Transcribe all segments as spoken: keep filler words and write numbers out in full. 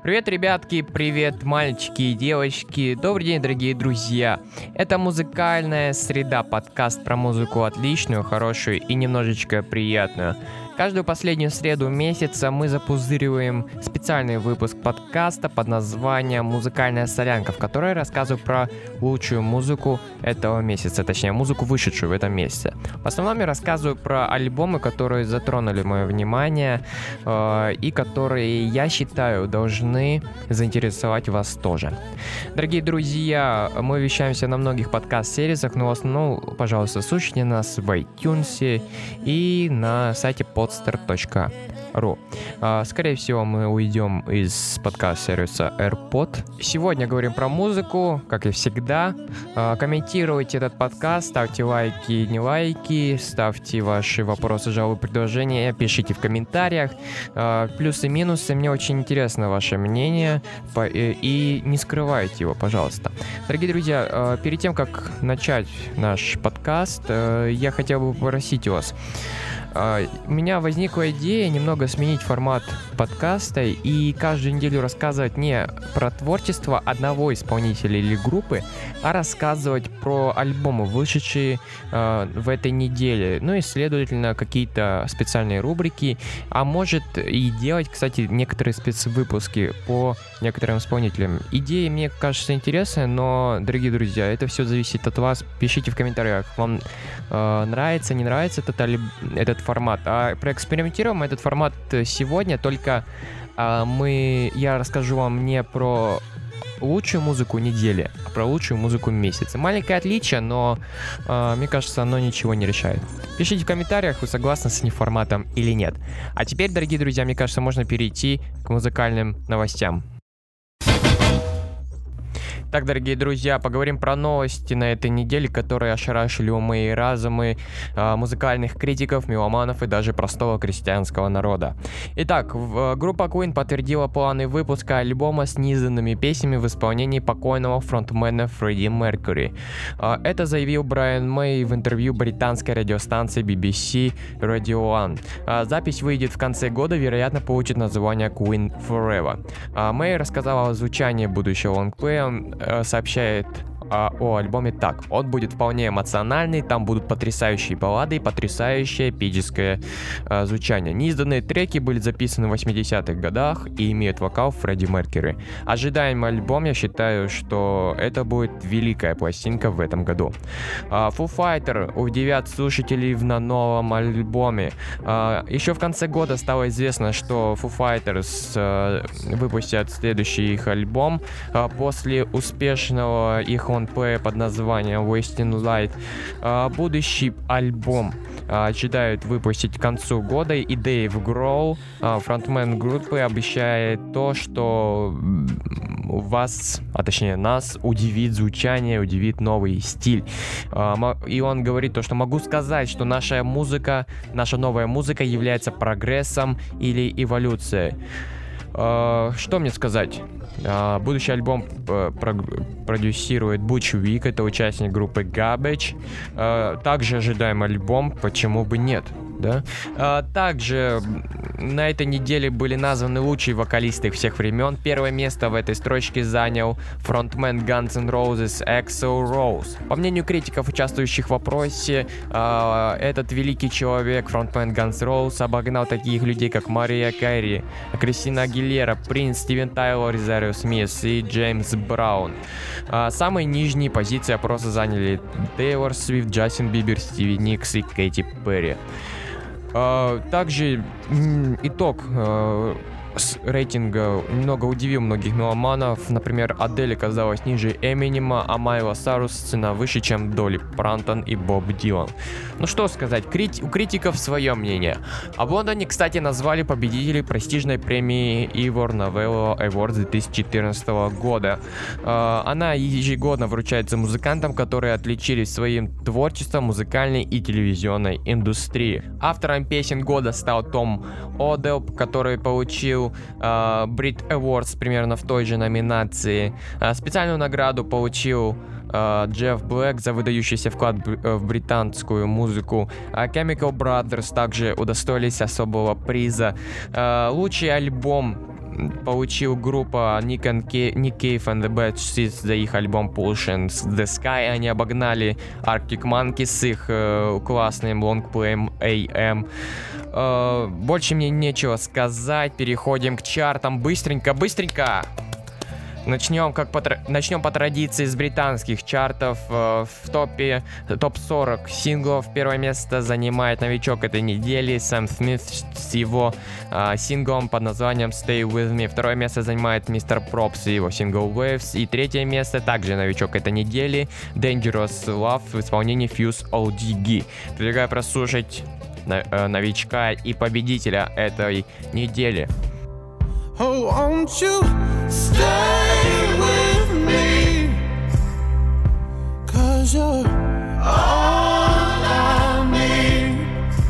Привет, ребятки, привет, мальчики и девочки. Добрый день, дорогие друзья. Это музыкальная среда, подкаст про музыку отличную, хорошую и немножечко приятную. Каждую последнюю среду месяца мы запузыриваем специальный выпуск подкаста под названием «Музыкальная солянка», в которой я рассказываю про лучшую музыку этого месяца, точнее, музыку, вышедшую в этом месяце. В основном я рассказываю про альбомы, которые затронули мое внимание э, и которые, я считаю, должны заинтересовать вас тоже. Дорогие друзья, мы вещаемся на многих подкаст-сервисах, но в основном, пожалуйста, слушайте нас в iTunes и на сайте подстер точка ру. Скорее всего, мы уйдем из подкаст-сервиса AirPod. Сегодня говорим про музыку, как и всегда. Комментируйте этот подкаст, ставьте лайки, не лайки, ставьте ваши вопросы, жалобы, предложения, пишите в комментариях. Плюсы, минусы, мне очень интересно ваше мнение, и не скрывайте его, пожалуйста. Дорогие друзья, перед тем, как начать наш подкаст, я хотел бы попросить вас. У меня возникла идея немного сменить формат подкаста и каждую неделю рассказывать не про творчество одного исполнителя или группы, а рассказывать про альбомы, вышедшие э, в этой неделе, ну и, следовательно, какие-то специальные рубрики, а может и делать, кстати, некоторые спецвыпуски по некоторым исполнителям. Идея мне кажется интересная, но, дорогие друзья, это все зависит от вас. Пишите в комментариях, вам э, нравится, не нравится этот, этот формат. А проэкспериментируем этот формат сегодня, только а, мы, я расскажу вам не про лучшую музыку недели, а про лучшую музыку месяца. Маленькое отличие, но а, мне кажется, оно ничего не решает. Пишите в комментариях, вы согласны с этим форматом или нет. А теперь, дорогие друзья, мне кажется, можно перейти к музыкальным новостям. Так, дорогие друзья, поговорим про новости на этой неделе, которые ошарашили умы и разумы э, музыкальных критиков, меломанов и даже простого крестьянского народа. Итак, в, группа Queen подтвердила планы выпуска альбома с низанными песнями в исполнении покойного фронтмена Фредди Меркьюри. Э, это заявил Брайан Мэй в интервью британской радиостанции би би си Radio One. Э, запись выйдет в конце года, вероятно, получит название Queen Forever. Э, Мэй рассказал о звучании будущего лонгплея, сообщает а, о альбоме так. Он будет вполне эмоциональный, там будут потрясающие баллады и потрясающее эпическое а, звучание. Неизданные треки были записаны в восьмидесятых годах и имеют вокал Фредди Меркьюри. Ожидаемый альбом, я считаю, что это будет великая пластинка в этом году. А, Foo Fighters удивят слушателей на новом альбоме. А, еще в конце года стало известно, что Foo Fighters а, выпустят следующий их альбом а, после успешного их лонгплея под названием Wasting Light. А, будущий альбом а, ожидают выпустить к концу года, и Дэйв Гроул, а, фронтмен группы, обещает то, что вас, а точнее нас, удивит звучание, удивит новый стиль. А, и он говорит то, что могу сказать, что наша музыка, наша новая музыка является прогрессом или эволюцией. Uh, что мне сказать? Uh, будущий альбом uh, про- продюсирует Butch Vig, это участник группы Garbage. Uh, также ожидаем альбом, почему бы нет, да? Uh, также на этой неделе были названы лучшие вокалисты всех времен. Первое место в этой строчке занял фронтмен Guns N' Roses Axl Rose. По мнению критиков, участвующих в опросе, uh, этот великий человек, фронтмен Guns N' Roses, обогнал таких людей, как Мария Кэрри, Кристина Агилера, Принц, Стивен Тайлор, Розарио Смит и Джеймс Браун. А, самые нижние позиции опроса заняли Тейлор Свифт, Джастин Бибер, Стиви Никс и Кэти Перри. А, также м- итог а, с рейтинга немного удивил многих меломанов. Например, Адель оказалась ниже Эминема, а Майла Сайрус цена выше, чем Долли Партон и Боб Дилан. Ну что сказать, крит... у критиков свое мнение. А в Лондоне, кстати, назвали победителей престижной премии Ivor Novello Awards две тысячи четырнадцатого года. Э, она ежегодно вручается музыкантам, которые отличились своим творчеством в музыкальной и телевизионной индустрии. Автором песен года стал Том Оделл, который получил Uh, Brit Awards примерно в той же номинации. Uh, специальную награду получил uh, Джефф Блэк за выдающийся вклад б- в британскую музыку. Uh, Chemical Brothers также удостоились особого приза. Uh, лучший альбом получил группа Nick, and K- Nick Cave and the Bad Seeds за их альбом Push and the Sky. Они обогнали Arctic Monkeys с их э, классным лонгплеем эй эм. Э, больше мне нечего сказать. Переходим к чартам. Быстренько, быстренько! Начнем, как по, начнем по традиции с британских чартов. В топе топ сорок синглов первое место занимает новичок этой недели Сэм Смит с его э, синглом под названием Stay With Me. Второе место занимает мистер Пропс и его сингл Waves. И третье место также новичок этой недели Dangerous Love в исполнении Fuse о ди джи. Предлагаю прослушать э, новичка и победителя этой недели. Oh, won't you stay with me? 'Cause you're all I need.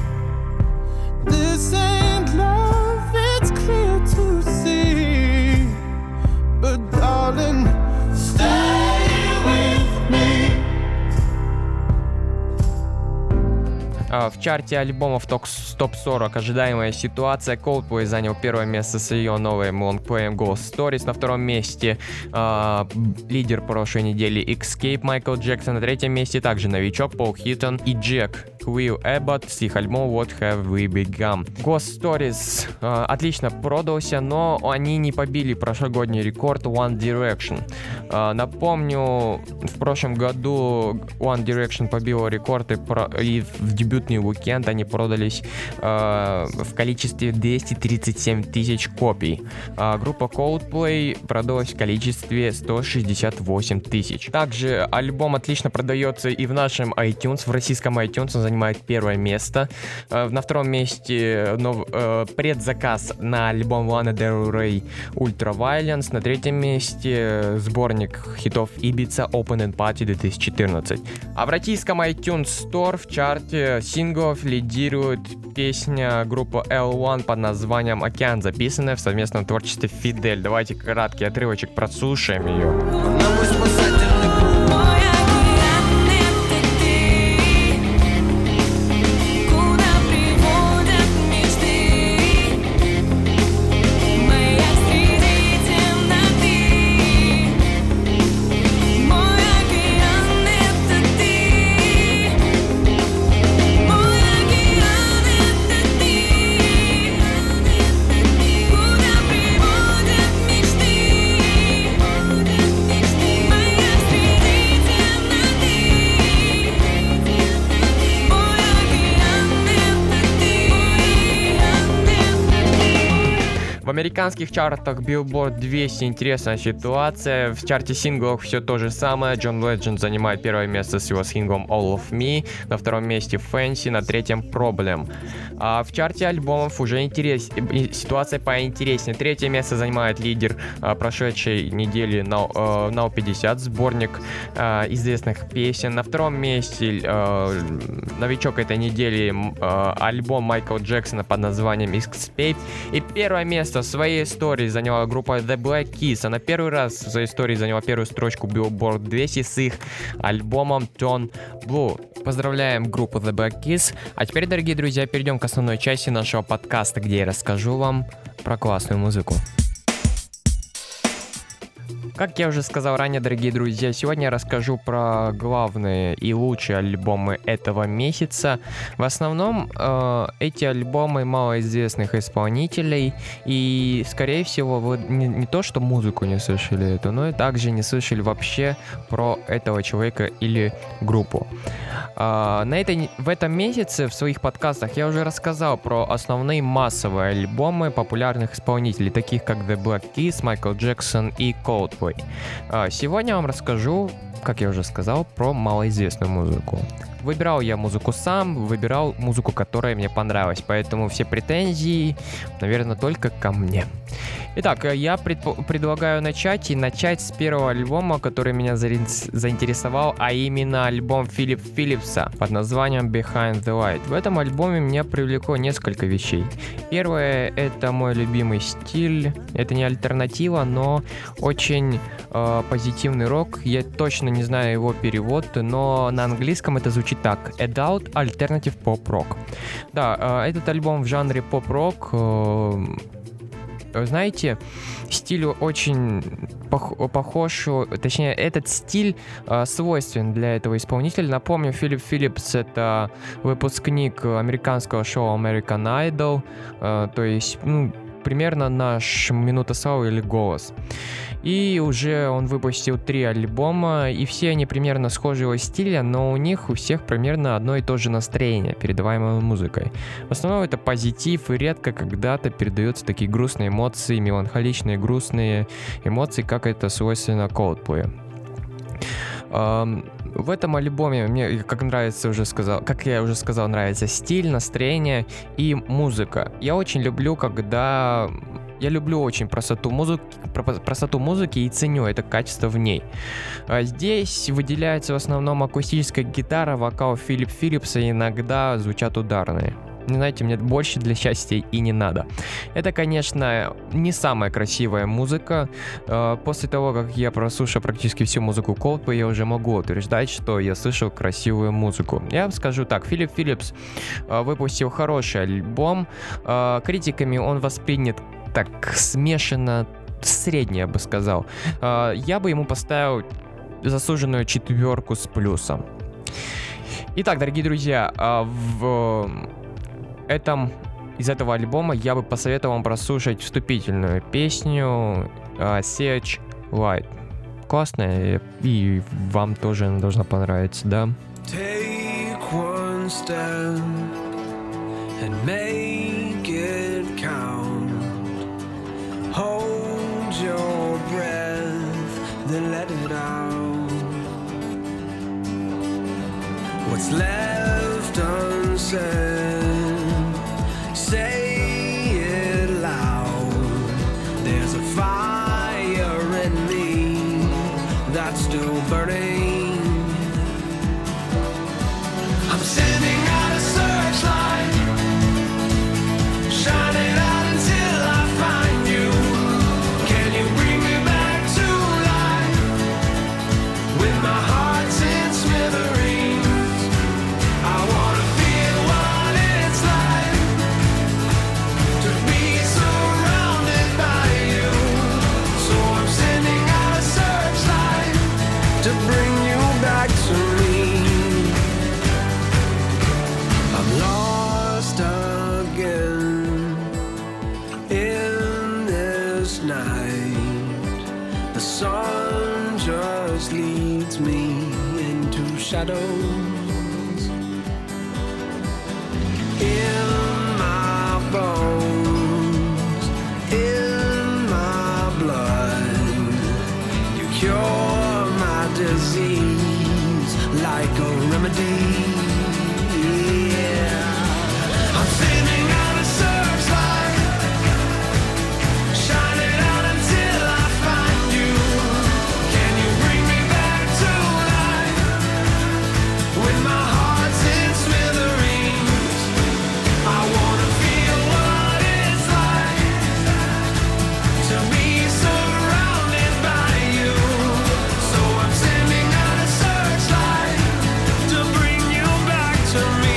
This ain't love, it's clear to see. But darling, stay with me. В чарте альбомов топ сорок ожидаемая ситуация. Coldplay занял первое место с ее новым лонгплеем Ghost Stories. На втором месте э, лидер прошлой недели Escape Майкл Джексон. На третьем месте также новичок Пол Хиттон и Джек Квилл Эббот с их альбомом What Have We Become. Ghost Stories э, отлично продался, но они не побили прошлогодний рекорд One Direction. Э, напомню, в прошлом году One Direction побила рекорд и, про, и в дебютный уикенд они продались э, в количестве двести тридцать семь тысяч копий. Э, группа Coldplay продалась в количестве сто шестьдесят восемь тысяч. Также альбом отлично продается и в нашем iTunes. В российском iTunes он занимает первое место. Э, на втором месте нов, э, предзаказ на альбом Lana Del Rey Ultra Violence. На третьем месте сборник хитов Ibiza Open and Party две тысячи четырнадцать. А в российском iTunes Store в чарте синглов лидирует песня группы эл один под названием «Океан», записанная в совместном творчестве Фидель. Давайте краткий отрывочек прослушаем ее. В американских чартах Billboard двести интересная ситуация. В чарте синглов все то же самое. John Legend занимает первое место с его синглом All of Me. На втором месте Fancy, на третьем Problem. А в чарте альбомов уже интерес... ситуация поинтереснее. Третье место занимает лидер а, прошедшей недели Now, uh, Now пятьдесят, сборник а, известных песен. На втором месте а, новичок этой недели а, альбом Майкла Джексона под названием Escape. И первое место в своей истории заняла группа The Black Keys. Она первый раз в своей истории заняла первую строчку Billboard двести с их альбомом Turn Blue. Поздравляем группу The Black Keys. А теперь, дорогие друзья, перейдем к основной части нашего подкаста, где я расскажу вам про классную музыку. Как я уже сказал ранее, дорогие друзья, сегодня я расскажу про главные и лучшие альбомы этого месяца. В основном э, эти альбомы малоизвестных исполнителей, и, скорее всего, вы не, не то, что музыку не слышали эту, но и также не слышали вообще про этого человека или группу. Э, на этой, в этом месяце в своих подкастах я уже рассказал про основные массовые альбомы популярных исполнителей, таких как The Black Keys, Michael Jackson и Coldplay. Сегодня я вам расскажу, как я уже сказал, про малоизвестную музыку. Выбирал я музыку сам, выбирал музыку, которая мне понравилась, поэтому все претензии, наверное, только ко мне. Итак, я предп- предлагаю начать и начать с первого альбома, который меня заинтересовал, а именно альбом Филипп Филлипса под названием Behind the Light. В этом альбоме меня привлекло несколько вещей. Первое — это мой любимый стиль. Это не альтернатива, но очень э, позитивный рок. Я точно не знаю его перевод, но на английском это звучит так: Adult Alternative Pop Rock. Да, э, этот альбом в жанре поп-рок. Э, знаете, стиль очень пох- похож, точнее, этот стиль э, свойствен для этого исполнителя. Напомню, Филипп Филлипс — это выпускник американского шоу American Idol, э, то есть, ну, примерно наш «Минута славы» или «Голос». И уже он выпустил три альбома, и все они примерно схожего стиля, но у них у всех примерно одно и то же настроение, передаваемое музыкой. В основном это позитив, и редко когда-то передаются такие грустные эмоции, меланхоличные, грустные эмоции, как это свойственно Coldplay. Um, в этом альбоме мне, как нравится, уже сказал, как я уже сказал, нравится стиль, настроение и музыка. Я очень люблю, когда... Я люблю очень простоту музыки, простоту музыки и ценю это качество в ней. А здесь выделяется в основном акустическая гитара, вокал Филипп Филлипса, иногда звучат ударные. Знаете, мне больше для счастья и не надо. Это, конечно, не самая красивая музыка. После того, как я прослушал практически всю музыку Coldplay, я уже могу утверждать, что я слышал красивую музыку. Я вам скажу так, Филипп Филлипс выпустил хороший альбом. Критиками он воспринят так смешанно, средний, я бы сказал. Я бы ему поставил заслуженную четверку с плюсом. Итак, дорогие друзья, в этом, из этого альбома я бы посоветовал вам прослушать вступительную песню Search Light. Классная, и вам тоже она должна понравиться, да? Take one step and make it count. Hold your breath, then let it out. What's left unsaid, say it loud. There's a fire in me that's still burning. I'm sending out a searchlight, shining out until I find you. Can you bring me back to life with my heart's in smithereens? I wanna feel what it's like to be surrounded by you. So I'm sending out a searchlight to bring you back to me. I'm lost again in this night. The sun just leads me into shadows. In my bones, in my blood, you cure my disease like a remedy. Yeah, I'm sending out a searchlight, shining out until I find you. Can you bring me back to life with my heart's in smithereens? I wanna feel what it's like to be surrounded by you. So I'm sending out a searchlight to bring you back to me.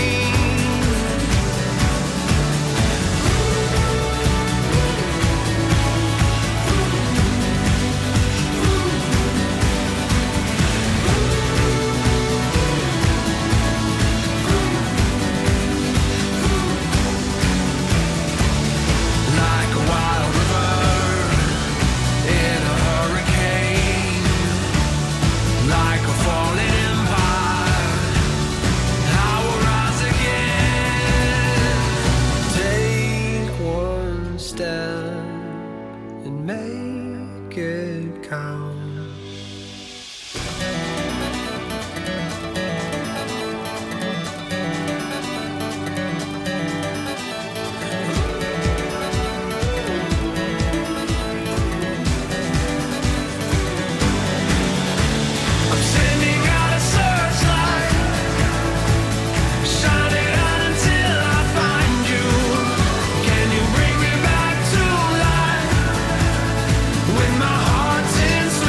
Like a wild river in a hurricane, like a falling empire, I will rise again. Take one step and make it count. I'm sending out a searchlight, shining out until I find you. Can you bring me back to life with my heart's in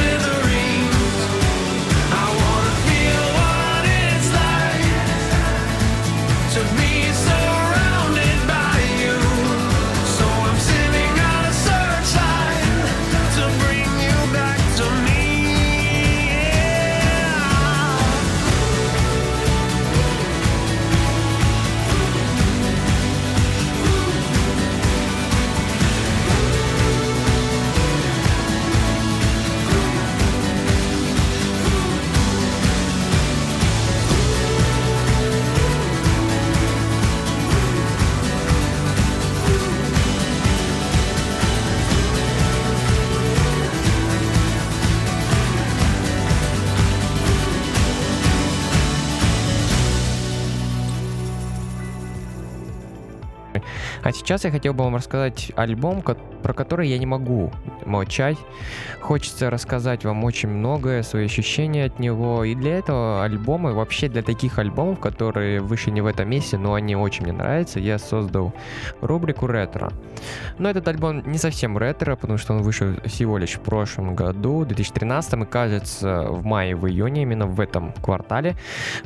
сейчас я хотел бы вам рассказать альбом, про который я не могу молчать. Хочется рассказать вам очень многое, свои ощущения от него. И для этого альбома, вообще для таких альбомов, которые вышли не в этом месяце, но они очень мне нравятся, я создал рубрику «Ретро». Но этот альбом не совсем ретро, потому что он вышел всего лишь в прошлом году, в две тысячи тринадцатом, и кажется, в мае, в июне, именно в этом квартале.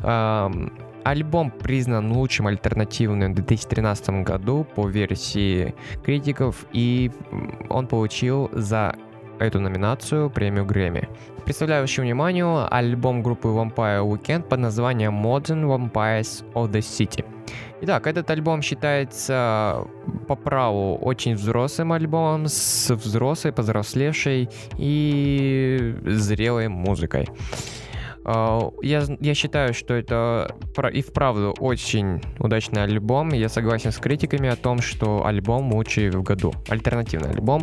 Альбом признан лучшим альтернативным в две тысячи тринадцатом году по версии критиков, и он получил за эту номинацию премию Грэмми. Представляю вашему вниманию альбом группы Vampire Weekend под названием Modern Vampires of the City. Итак, этот альбом считается по праву очень взрослым альбомом, с взрослой, повзрослевшей и зрелой музыкой. Я, я считаю, что это и вправду очень удачный альбом. Я согласен с критиками о том, что альбом лучший в году. Альтернативный альбом.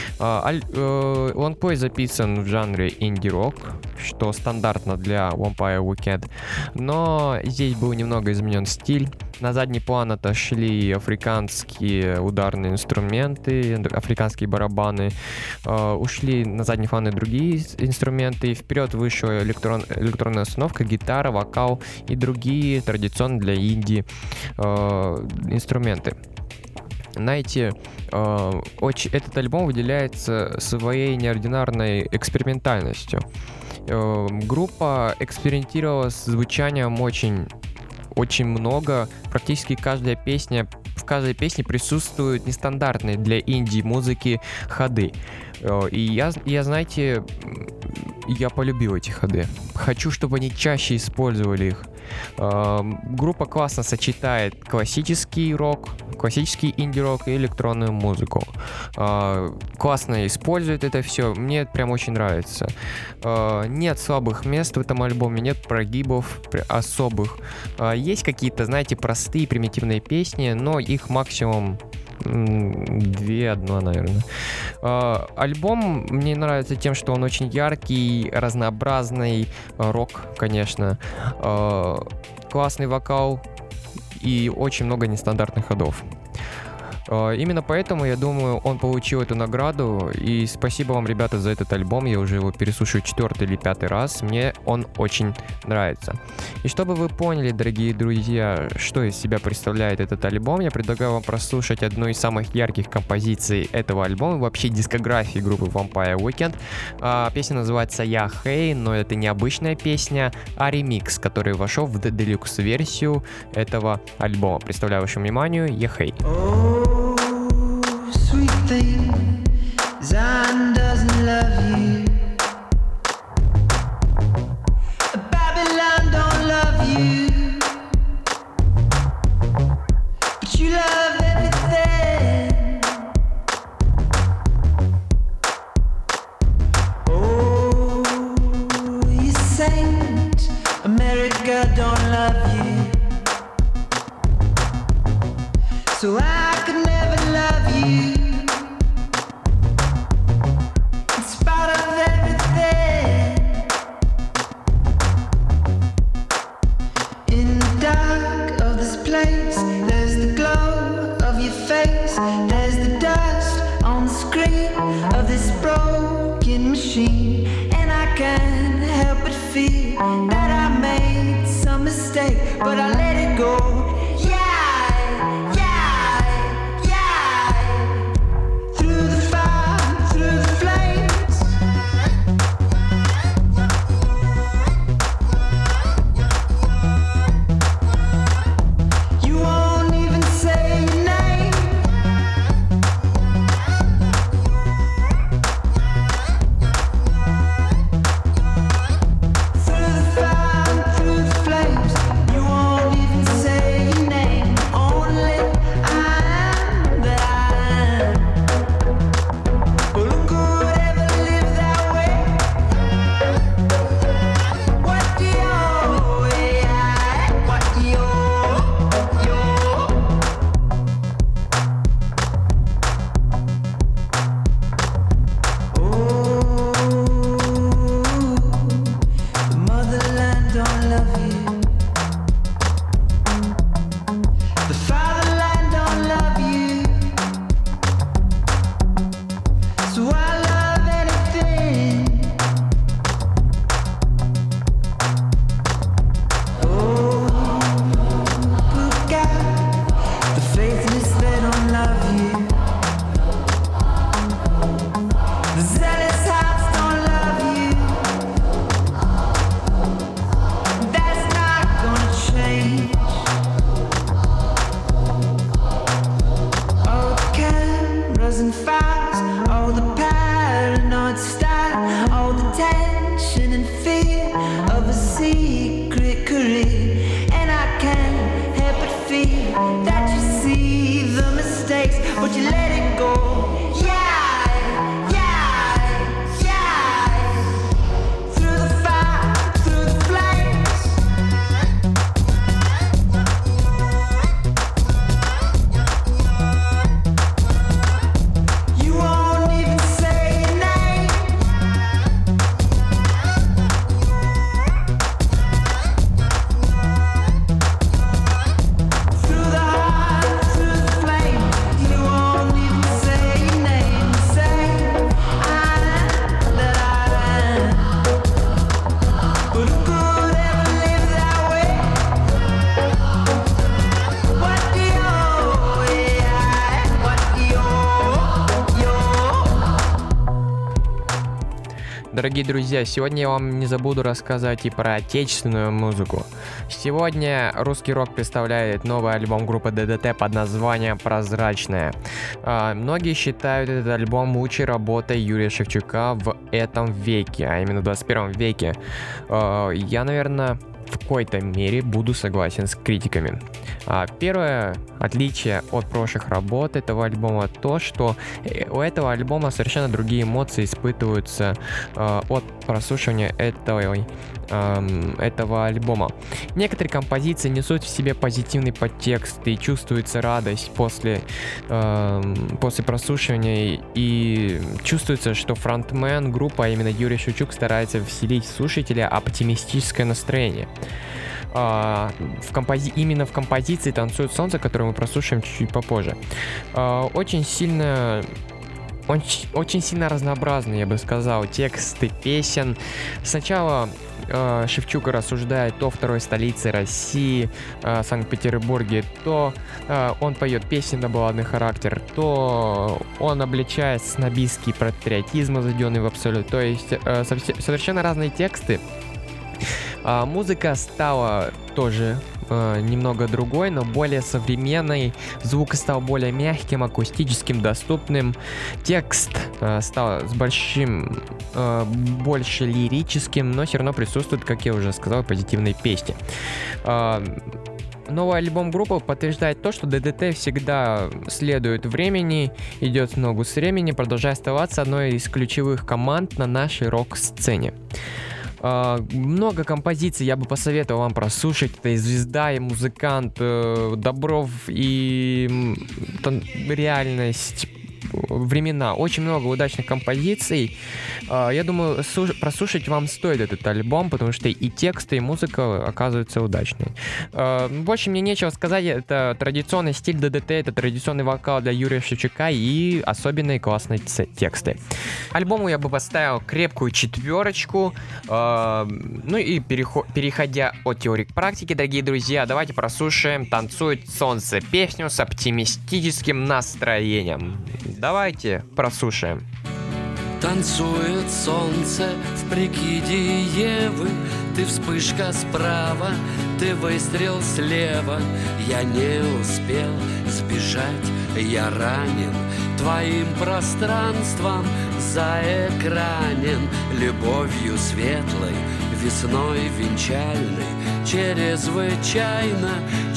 Лонгплей записан в жанре инди-рок, что стандартно для Vampire Weekend. Но здесь был немного изменен стиль. На задний план отошли африканские ударные инструменты, африканские барабаны. Ушли на задний план и другие инструменты. И вперед вышла электрон, электронная установка, гитара, вокал и другие традиционные для инди э, инструменты. Знаете, э, очень, этот альбом выделяется своей неординарной экспериментальностью. Э, группа экспериментировала с звучанием очень, очень много. Практически каждая песня, в каждой песне присутствуют нестандартные для инди-музыки ходы. Э, и я, я, знаете, я полюбил эти ходы. Хочу, чтобы они чаще использовали их. Э, группа классно сочетает классический рок, классический инди-рок и электронную музыку. Э, классно использует это все. Мне это прям очень нравится. Э, нет слабых мест в этом альбоме, нет прогибов особых. Э, есть какие-то, знаете, простые примитивные песни, но их максимум две, одна, наверное. Э, альбом мне нравится тем, что он очень яркий, разнообразный, рок, конечно, э, классный вокал и очень много нестандартных ходов. Именно поэтому, я думаю, он получил эту награду, и спасибо вам, ребята, за этот альбом. Я уже его переслушаю четвертый или пятый раз. Мне он очень нравится. И чтобы вы поняли, дорогие друзья, что из себя представляет этот альбом, я предлагаю вам прослушать одну из самых ярких композиций этого альбома, вообще дискографии группы Vampire Weekend. Песня называется «Я Хей», но это не обычная песня, а ремикс, который вошел в делюкс-версию этого альбома. Представляю вашему вниманию «Я Хей». Sweet thing, Zion doesn't love you. Babylon don't love you, but you love everything. Oh, you saint, America don't love you, so I could never love you. There's the dust on the screen of this broken machine, and I can't help but feel that I made some mistake, but I let it go. Yeah, yeah, yeah. Through the fire, through the flames. You won't even say your name. and fires, all the paranoid style, all the tension and fear of a secret career. And I can't help but feel that you see the mistakes, but you let it go. Yeah, yeah, yeah. Through the fire, through the flames. You won't even say your name. Through the heart, through the flame. You won't even say your name. Say I am that I am. But who could ever live that way? What do you, yeah, what do you, you? Дорогие друзья, сегодня я вам не забуду рассказать и про отечественную музыку. Сегодня русский рок представляет новый альбом группы ДДТ под названием «Прозрачная». А, многие считают этот альбом лучшей работой Юрия Шевчука в этом веке, а именно в двадцать первом веке. А, я, наверное, в какой-то мере буду согласен с критиками. А, первое отличие от прошлых работ этого альбома то, что у этого альбома совершенно другие эмоции испытываются э, от прослушивания этого, э, этого альбома. Некоторые композиции несут в себе позитивный подтекст и чувствуется радость после, э, после прослушивания, и чувствуется, что фронтмен группы, а именно Юрий Шевчук, старается вселить в слушателя оптимистическое настроение. Uh, в компози... Именно в композиции «Танцует солнце», которую мы прослушаем чуть-чуть попозже, uh, очень сильно очень, очень сильно разнообразны, я бы сказал, тексты песен. Сначала uh, Шевчук рассуждает о второй столице России, uh, Санкт-Петербурге, то uh, он поет песни на балладный характер, то он обличает снобистский патриотизм, заведенный в абсолют. То есть uh, совс- совершенно разные тексты. А, музыка стала тоже э, немного другой, но более современной. Звук стал более мягким, акустическим, доступным. Текст э, стал с большим, э, больше лирическим, но все равно присутствуют, как я уже сказал, позитивные песни. Э, Новый альбом группы подтверждает то, что ДДТ всегда следует времени, идет в ногу с временем, продолжая оставаться одной из ключевых команд на нашей рок-сцене. Uh, много композиций я бы посоветовал вам прослушать. Это и «Звезда», и «Музыкант», uh, «Добров», и там, «Реальность», «Времена». Очень много удачных композиций. Uh, я думаю, слуш- прослушать вам стоит этот альбом, потому что и тексты, и музыка оказываются удачной. Uh, больше мне нечего сказать. Это традиционный стиль ДДТ, это традиционный вокал для Юрия Шевчука и особенные классные ц- тексты. Альбому я бы поставил крепкую четверочку. Uh, ну и перехо- переходя от теории к практике, дорогие друзья, давайте прослушаем «Танцует солнце», песню с оптимистическим настроением. Давайте прослушаем. Танцует солнце в прикиде Евы, ты вспышка справа, ты выстрел слева. Я не успел сбежать, я ранен твоим пространством, заэкранен любовью светлой, весной венчальной. Чрезвычайно,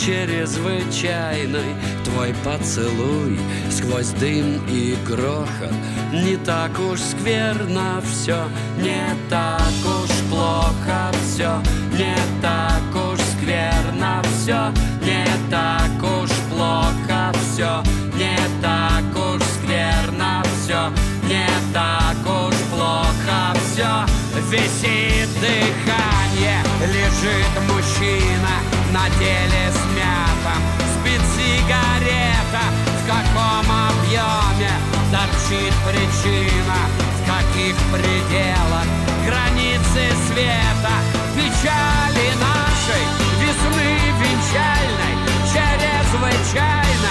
чрезвычайной твой поцелуй сквозь дым и грохот. Не так уж скверно все, не так уж плохо все, не так уж скверно все, не так уж плохо все, не так уж скверно все, не так уж плохо все. Висит дыхание, лежит мужчина на теле смятом, спит сигарета, в каком объеме торчит причина, в каких пределах границы света, печали нашей весны венчальной, чрезвычайно,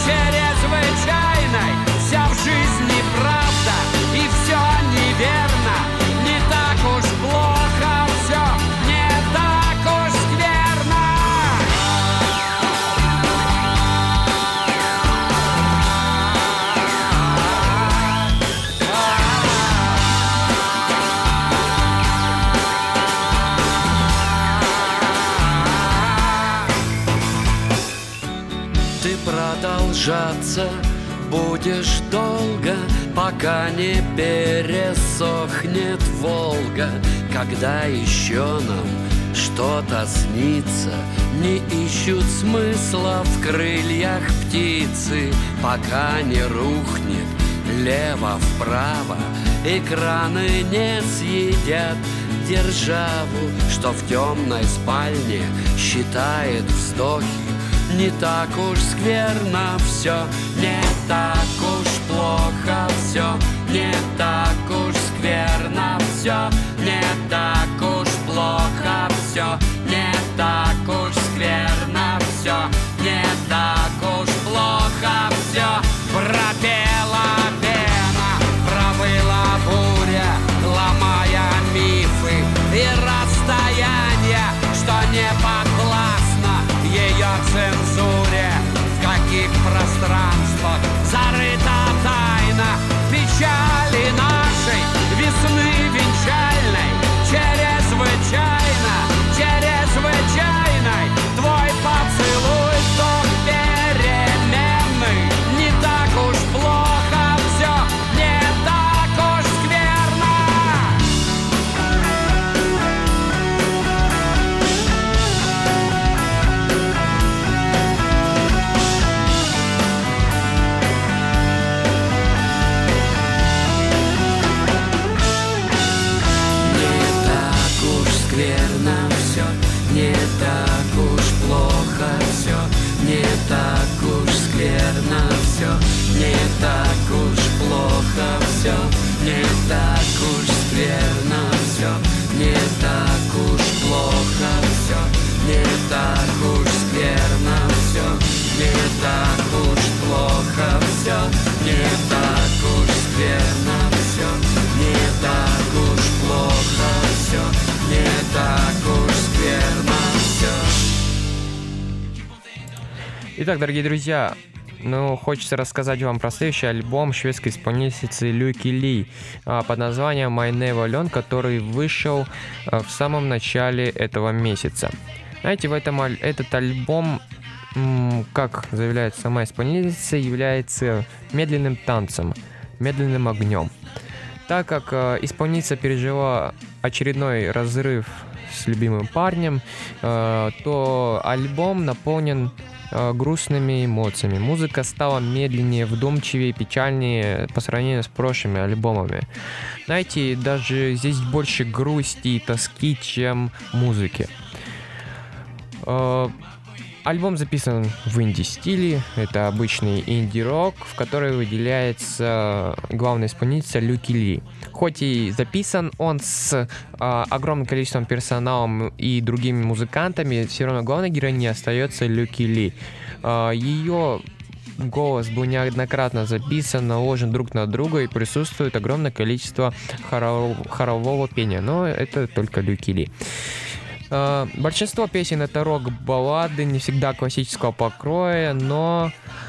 чрезвычайной, вся в жизни правда и все неверно. Не так уж плохо все, не так уж скверно. держаться будешь долго, пока не пересохнет Волга. Когда еще нам что-то снится, не ищут смысла в крыльях птицы, пока не рухнет лево-вправо, экраны не съедят державу, что в темной спальне считает вздохи. Не так уж скверно все, не так уж плохо все, не так уж скверно все, не так уж плохо все, не так уж скверно все, не так уж плохо все. Пропела пена, провыла буря, ломая мифы и расстояния, что не подвластно ее цензуре. В каких пространствах зарыта тайна печали нашей весны венчальной, чрезвычайно, чрезвычайной. Твой поцелуй вдох переменный. Не так уж плохо все, не так уж скверно. Скверно все, не так уж плохо все, не так уж скверно все, не так уж плохо все, не так уж скверно все, не так уж плохо все, не так уж скверно все, не так уж плохо все, не так уж скверно все, не так уж плохо все. Не так уж скверно все. Итак, дорогие друзья, ну, хочется рассказать вам про следующий альбом шведской исполнительницы Люки Ли под названием My Never Learn, который вышел в самом начале этого месяца. Знаете, в этом, этот альбом, как заявляет сама исполнительница, является медленным танцем, медленным огнем. Так как э, исполнительница пережила очередной разрыв с любимым парнем, э, то альбом наполнен э, грустными эмоциями. Музыка стала медленнее, вдумчивее, печальнее по сравнению с прошлыми альбомами. Знаете, даже здесь больше грусти и тоски, чем музыки. Э, Альбом записан в инди-стиле, это обычный инди-рок, в который выделяется главная исполнительница Люки Ли. Хоть и записан он с э, огромным количеством персоналом и другими музыкантами, все равно главной героиней остается Люки Ли. Э, ее голос был неоднократно записан, наложен друг на друга и присутствует огромное количество хоров, хорового пения, но это только Люки Ли. Uh, большинство песен это рок-баллады, не всегда классического покроя, но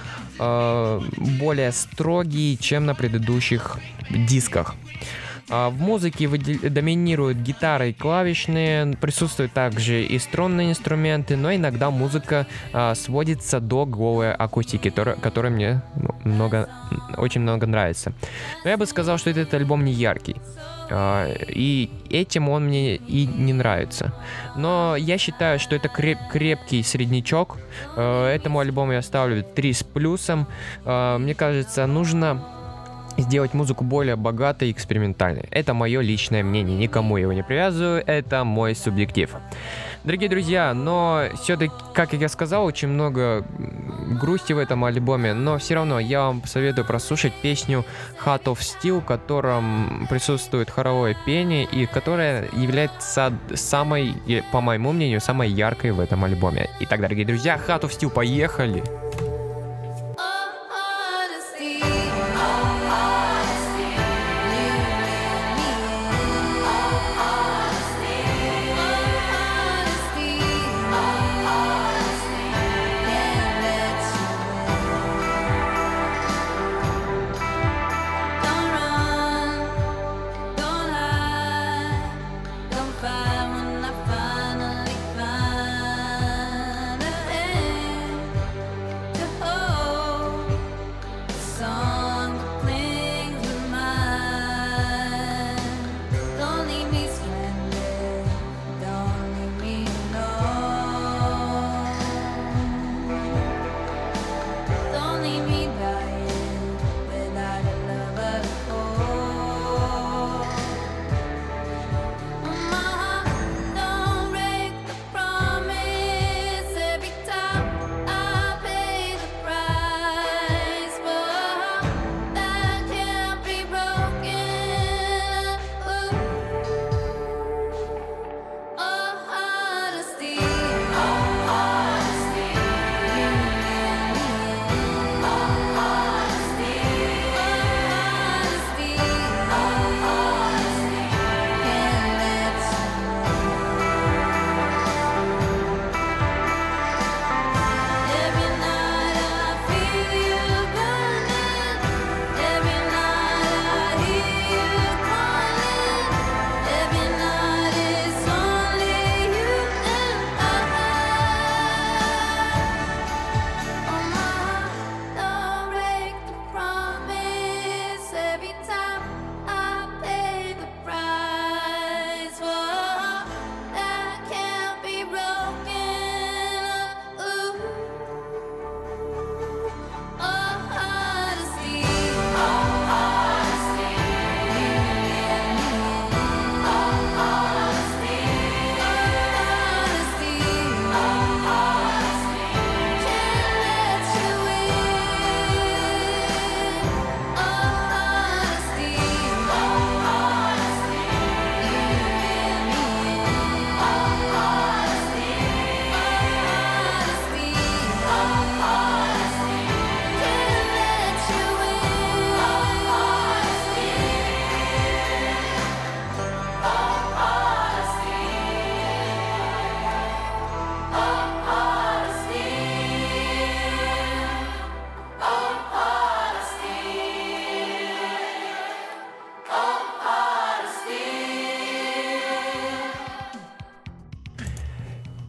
uh, более строгие, чем на предыдущих дисках. Uh, в музыке выдел... доминируют гитары и клавишные, присутствуют также и струнные инструменты, но иногда музыка uh, сводится до голой акустики, которая, которая мне много, очень много нравится. Но я бы сказал, что этот альбом не яркий. Uh, и этим он мне и не нравится. Но я считаю, что это креп- крепкий среднячок. Uh, этому альбому я ставлю три с плюсом. Uh, мне кажется, нужно сделать музыку более богатой и экспериментальной. Это мое личное мнение, никому его не привязываю, это мой субъектив. Дорогие друзья, но все-таки, как я сказал, очень много грусти в этом альбоме, но все равно я вам советую прослушать песню Heart of Steel, в котором присутствует хоровое пение и которая является самой, по моему мнению, самой яркой в этом альбоме. Итак, дорогие друзья, Heart of Steel, поехали! Finally find a end.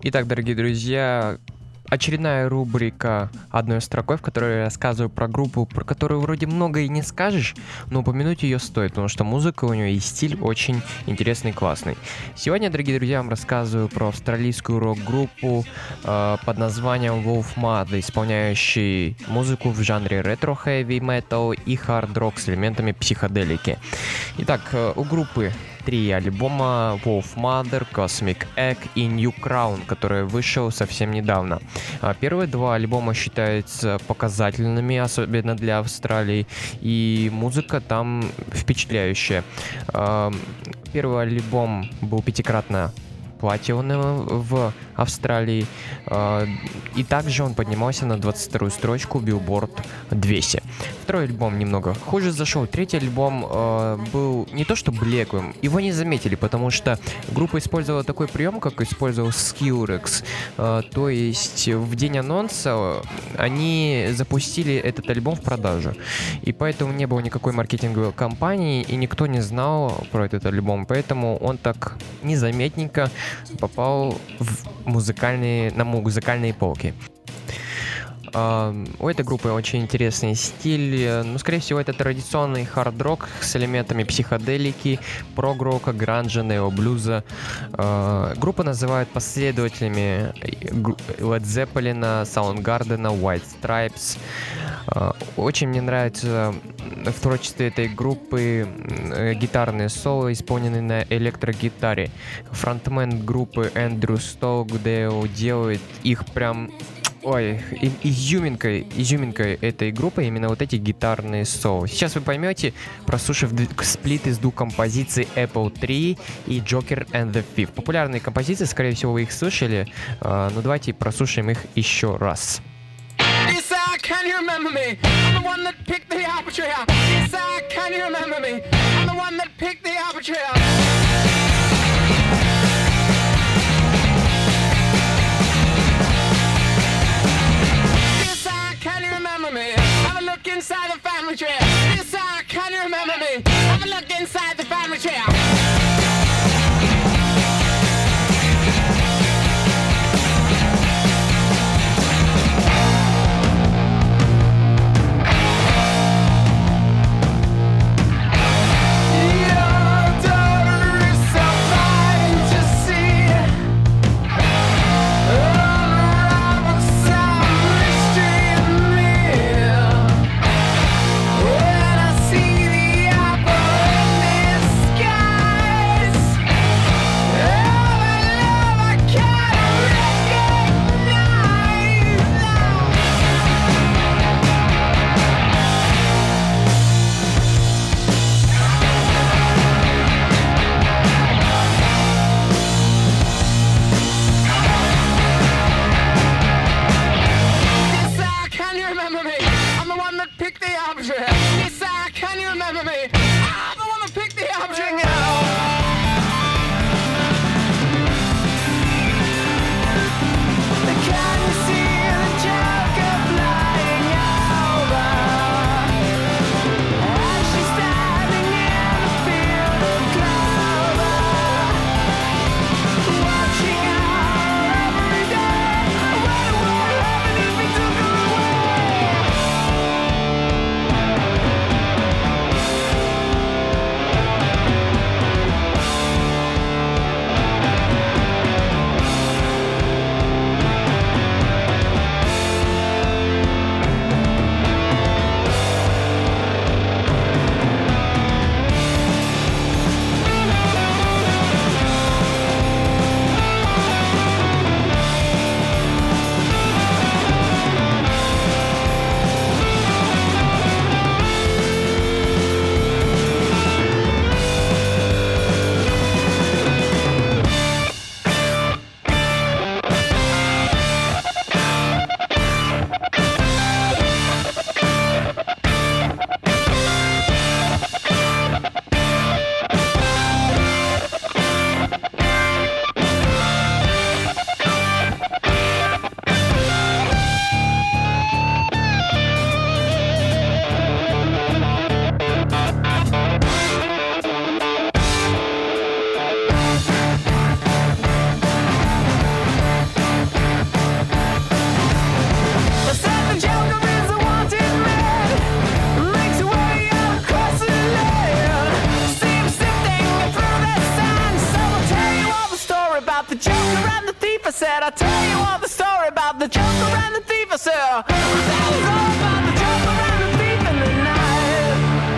Итак, дорогие друзья, очередная рубрика одной строкой, в которой я рассказываю про группу, про которую вроде много и не скажешь, но упомянуть ее стоит, потому что музыка у нее и стиль очень интересный и классный. Сегодня, дорогие друзья, я вам рассказываю про австралийскую рок-группу э, под названием Wolfmother, исполняющий музыку в жанре ретро-хэви метал и хард-рок с элементами психоделики. Итак, э, у группы три альбома: Wolfmother, Cosmic Egg и New Crown, который вышел совсем недавно. Первые два альбома считаются показательными, особенно для Австралии, и музыка там впечатляющая. Первый альбом был пятикратно платиновым в Австралии, и также он поднимался на двадцать вторую строчку Billboard двести. Второй альбом немного хуже зашел. Третий альбом э, был не то что блеклым, его не заметили, потому что группа использовала такой прием, как использовал Skillrex. Э, то есть в день анонса они запустили этот альбом в продажу, и поэтому не было никакой маркетинговой кампании, и никто не знал про этот альбом, поэтому он так незаметненько попал в музыкальные, на музыкальные полки. Uh, у этой группы очень интересный стиль, ну, скорее всего, это традиционный хард-рок с элементами психоделики, прог-рока, гранжа, нео-блюза. Uh, группу называют последователями Led Zeppelin, Soundgarden, White Stripes. Uh, очень мне нравится в творчестве этой группы гитарные соло, исполненные на электрогитаре. Фронтмен группы Эндрю Стокдейл делает их прям... Ой, изюминкой, изюминкой этой группы именно вот эти гитарные соло. Сейчас вы поймете, прослушав сплит из двух композиций Apple три и Joker and the Thief. Популярные композиции, скорее всего, вы их слышали, но давайте прослушаем их еще раз. Yes, I can you remember me? I'm the one that picked the arbitrator. Yes, I can you remember me? I'm the one that picked the arbitrator. Have a look inside the family tree. Yes, sir, can you remember me? Have a look inside the family tree. That was all about the joker and the thief in the night.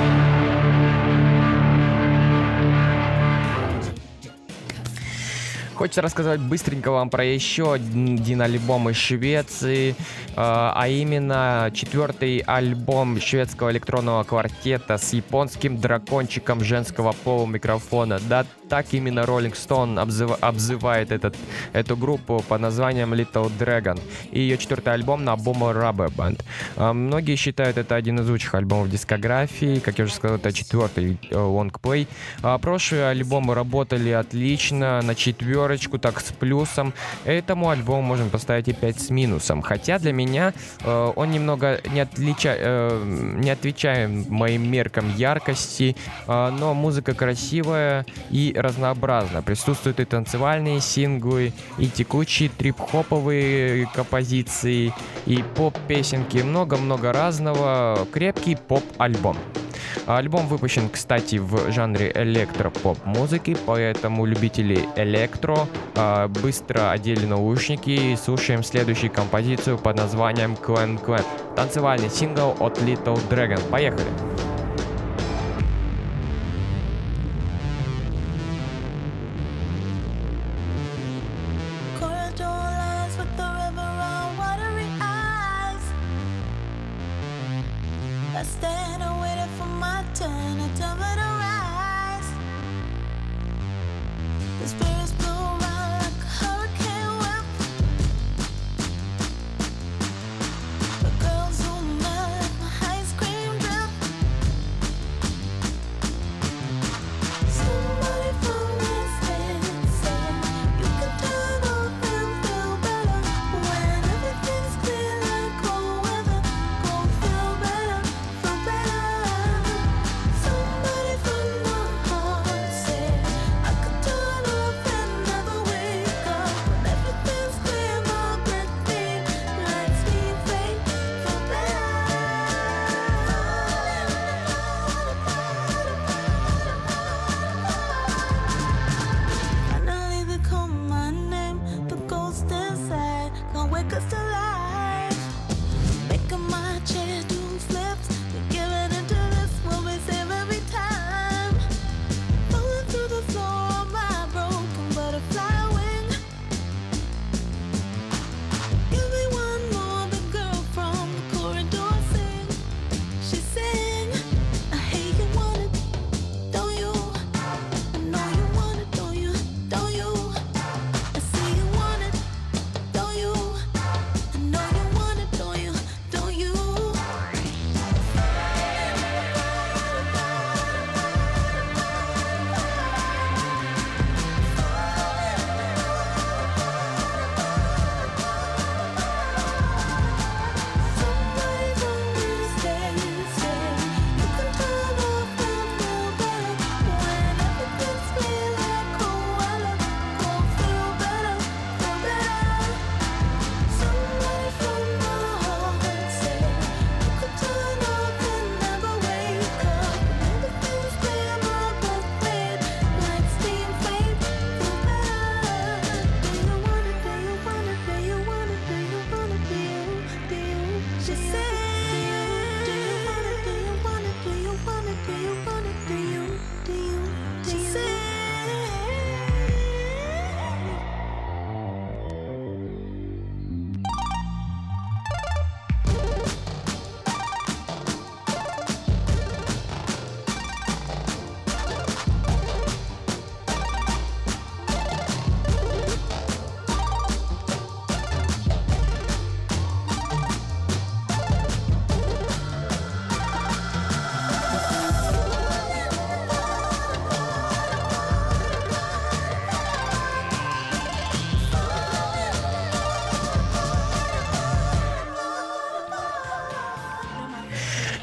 Хочется рассказать быстренько вам про еще один альбом из Швеции, а именно четвертый альбом шведского электронного квартета с японским дракончиком женского полумикрофона. Да, так именно Rolling Stone обзыв... обзывает этот, эту группу под названием Little Dragon. И ее четвертый альбом на альбому Rubber Band. А, многие считают это один из лучших альбомов дискографии. Как я уже сказал, это четвертый лонгплей. А прошлые альбомы работали отлично, на четверочку, так с плюсом. Этому альбому можем поставить и пять с минусом. Хотя для меня э, он немного не, отлича... э, не отвечает моим меркам яркости, э, но музыка красивая и разнообразна. Присутствуют и танцевальные синглы, и текучие трип-хоповые композиции, и поп-песенки. Много-много разного. Крепкий поп-альбом. Альбом выпущен, кстати, в жанре электропоп-музыки, поэтому любители электро э, быстро одели наушники и слушаем следующую композицию под названием Clan Clan. Танцевальный сингл от Little Dragon. Поехали!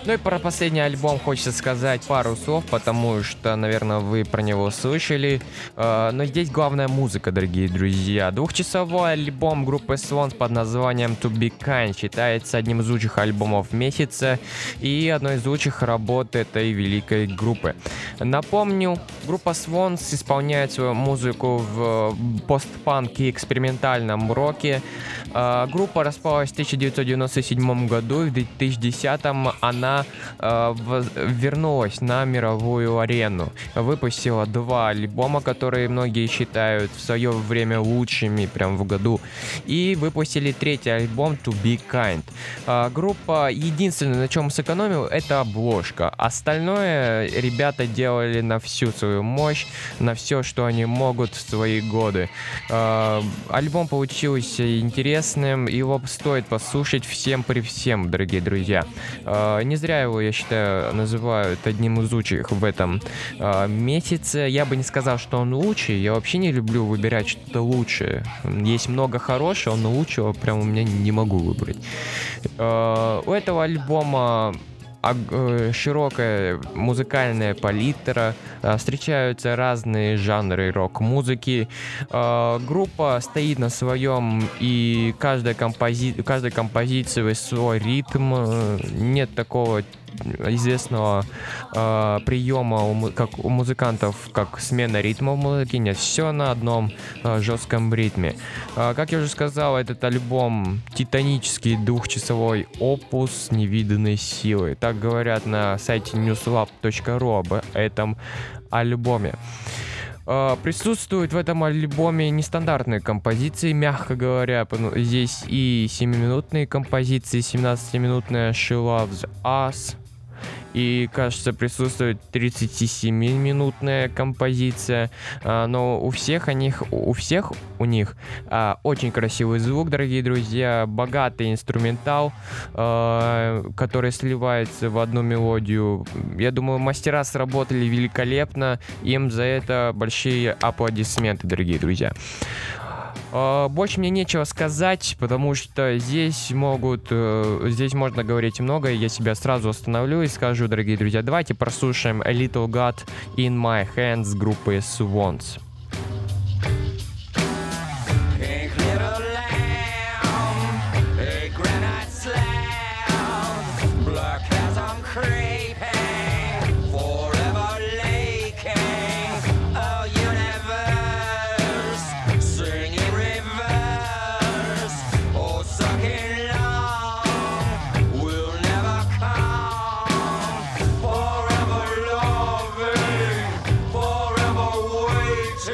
Ну и про последний альбом хочется сказать пару слов, потому что, наверное, вы про него слышали. Э, но здесь главная музыка, дорогие друзья. Двухчасовой альбом группы Swans под названием To Be Kind считается одним из лучших альбомов месяца и одной из лучших работ этой великой группы. Напомню, группа Swans исполняет свою музыку в постпанке и экспериментальном роке. Э, группа распалась в тысяча девятьсот девяносто седьмом году, и в две тысячи десятом она э, воз- вернулась на мировую арену. Выпустила два альбома, которые многие считают в свое время лучшими прям в году. И выпустили третий альбом To Be Kind. Э, группа единственное, на чем сэкономила, это обложка. Остальное ребята делали на всю свою мощь, на все, что они могут в свои годы. Э, альбом получился интересным, его стоит послушать всем при всем, дорогие друзья. Э, не зря его, я считаю, называют одним из лучших в этом э, месяце. Я бы не сказал, что он лучший. Я вообще не люблю выбирать что-то лучшее. Есть много хорошего, но лучшего прям у меня не могу выбрать. Э, у этого альбома широкая музыкальная палитра, встречаются разные жанры рок-музыки. Группа стоит на своем, и каждая, компози... каждая композиция свой ритм. Нет такого известного э, приема, у, как у музыкантов, как смена ритма в музыке. Нет, все на одном э, жестком ритме. Э, как я уже сказал, этот альбом титанический двухчасовой опус невиданной силы. Так говорят на сайте newslab точка ру об этом альбоме. Uh, присутствуют в этом альбоме нестандартные композиции, мягко говоря. Здесь и семиминутные композиции, семнадцатиминутная She Loves Us. И, кажется, присутствует тридцатисемиминутная композиция. А, но у всех у них, у всех у них а, очень красивый звук, дорогие друзья, богатый инструментал, а, который сливается в одну мелодию. Я думаю, мастера сработали великолепно. Им за это большие аплодисменты, дорогие друзья. Больше мне нечего сказать, потому что здесь могут, здесь можно говорить много, и я себя сразу остановлю и скажу, дорогие друзья, давайте прослушаем A Little God in My Hands группы Swans. Forever loving, forever waiting.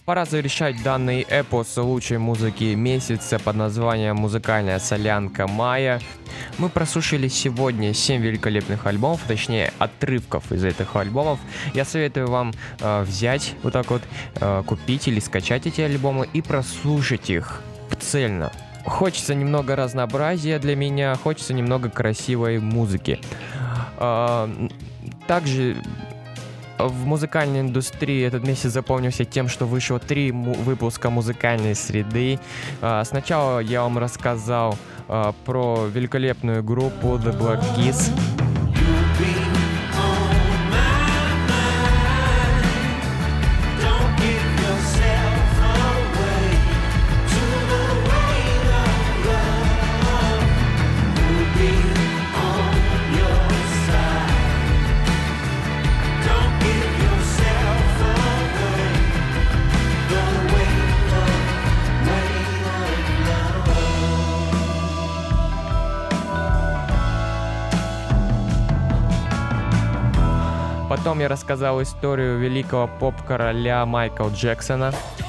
пора завершать данный эпос лучшей музыки месяца под названием «Музыкальная солянка мая». Мы прослушали сегодня семь великолепных альбомов, точнее отрывков из этих альбомов. Я советую вам э, взять вот так вот, э, купить или скачать эти альбомы и прослушать их цельно. Хочется немного разнообразия для меня, хочется немного красивой музыки. Э, также в музыкальной индустрии этот месяц запомнился тем, что вышло три му- выпуска музыкальной среды. А, сначала я вам рассказал а, про великолепную группу The Black Keys. Потом я рассказал историю великого поп-короля Майкла Джексона.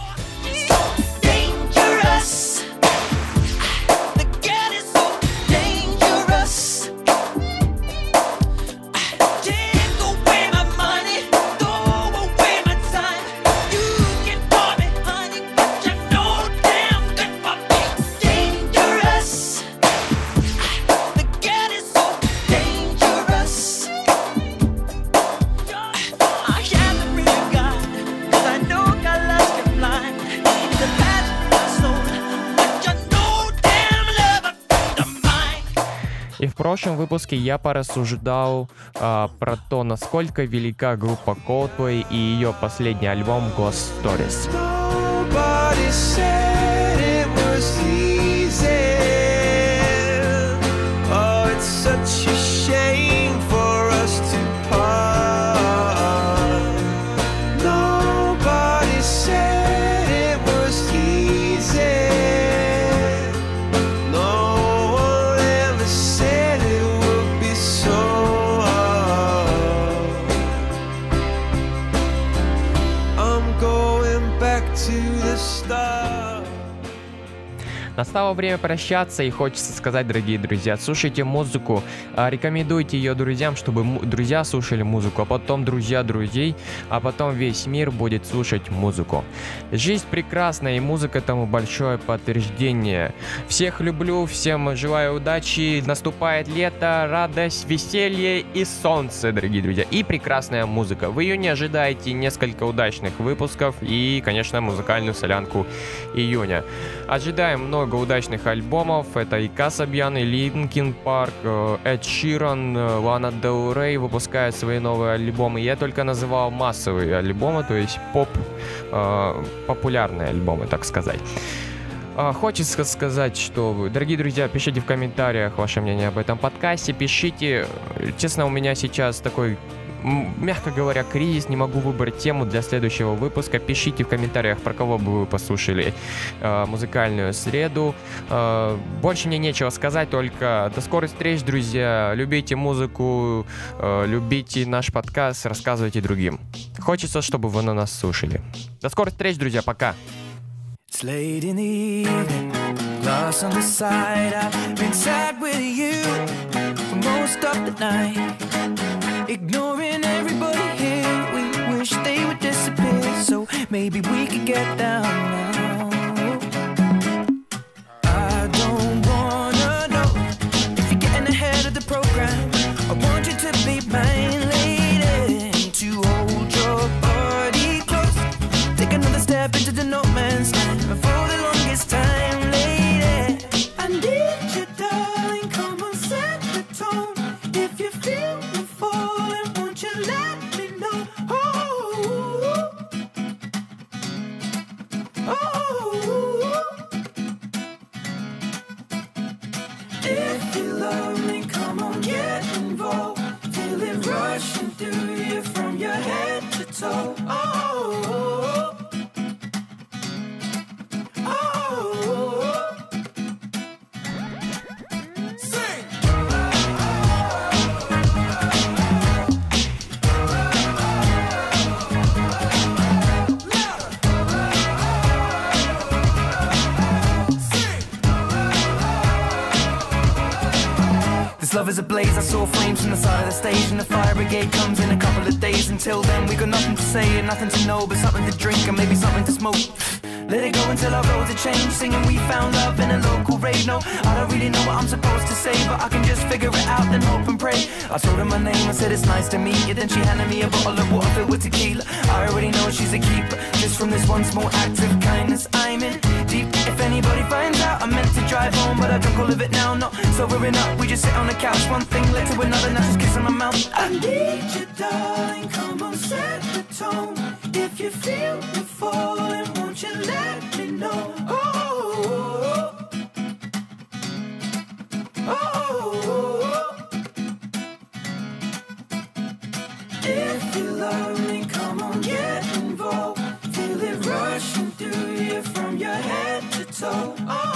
И в прошлом выпуске я порассуждал а, про то, насколько велика группа Coldplay и ее последний альбом Ghost Stories. Nobody said it was easy. Oh, it's such a shame for us to part. Nobody said it was easy. Настало время прощаться, и хочется сказать, дорогие друзья, слушайте музыку, рекомендуйте ее друзьям, чтобы м- друзья слушали музыку, а потом друзья друзей, а потом весь мир будет слушать музыку. Жизнь прекрасна, и музыка тому большое подтверждение. Всех люблю, всем желаю удачи, наступает лето, радость, веселье и солнце, дорогие друзья, и прекрасная музыка. В июне ожидайте несколько удачных выпусков и, конечно, музыкальную солянку июня. Ожидаем много удачных альбомов. Это и Касабьян, и Линкин Парк, Эд Ширан, Лана Дель Рей выпускают свои новые альбомы. Я только называл массовые альбомы, то есть поп, э, популярные альбомы, так сказать. Хочется сказать, что, дорогие друзья, пишите в комментариях ваше мнение об этом подкасте, пишите. Честно, у меня сейчас такой, мягко говоря, кризис, не могу выбрать тему для следующего выпуска. Пишите в комментариях, про кого бы вы послушали э, музыкальную среду. Э, больше мне нечего сказать, только до скорых встреч, друзья. Любите музыку, э, любите наш подкаст, рассказывайте другим. Хочется, чтобы вы на нас слушали. До скорых встреч, друзья, пока! It's late in the evening, glass on the side. I've been sad with you for most of the night, ignoring everybody here. We wish they would disappear, so maybe we could get down now. I don't wanna know if you're getting ahead of the program. I want you to be mine, lady, to hold your body close. Take another step into the no man's land. For the longest time, lady, I need you, darling. Come on, set the tone. If you feel me falling, won't you let me know? Oh, oh. If you love me, come on, get involved. Feel it rushing through you from your head to toe. Oh. love is ablaze. I saw flames from the side of the stage, and the fire brigade comes in a couple of days. Until then, we got nothing to say and nothing to know, but something to drink and maybe something to smoke. Let it go until our roads are changed. Singing we found love in a local rave. No, I don't really know what I'm supposed to say, but I can just figure it out, then hope and pray. I told her my name, I said it's nice to meet you. Then she handed me a bottle of water filled with tequila. I already know she's a keeper, just from this one small act of kindness. I'm in deep. If anybody finds out, I meant to drive home, but I drunk all of it now. Not sobering up, we just sit on the couch. One thing led to another, now she's kissing my mouth. I need you, darling, come on, set the tone. If you feel me falling, won't you let me know? Oh, oh, oh. If you love me, come on, get involved. Feel it rushing through you from your head to toe. Oh.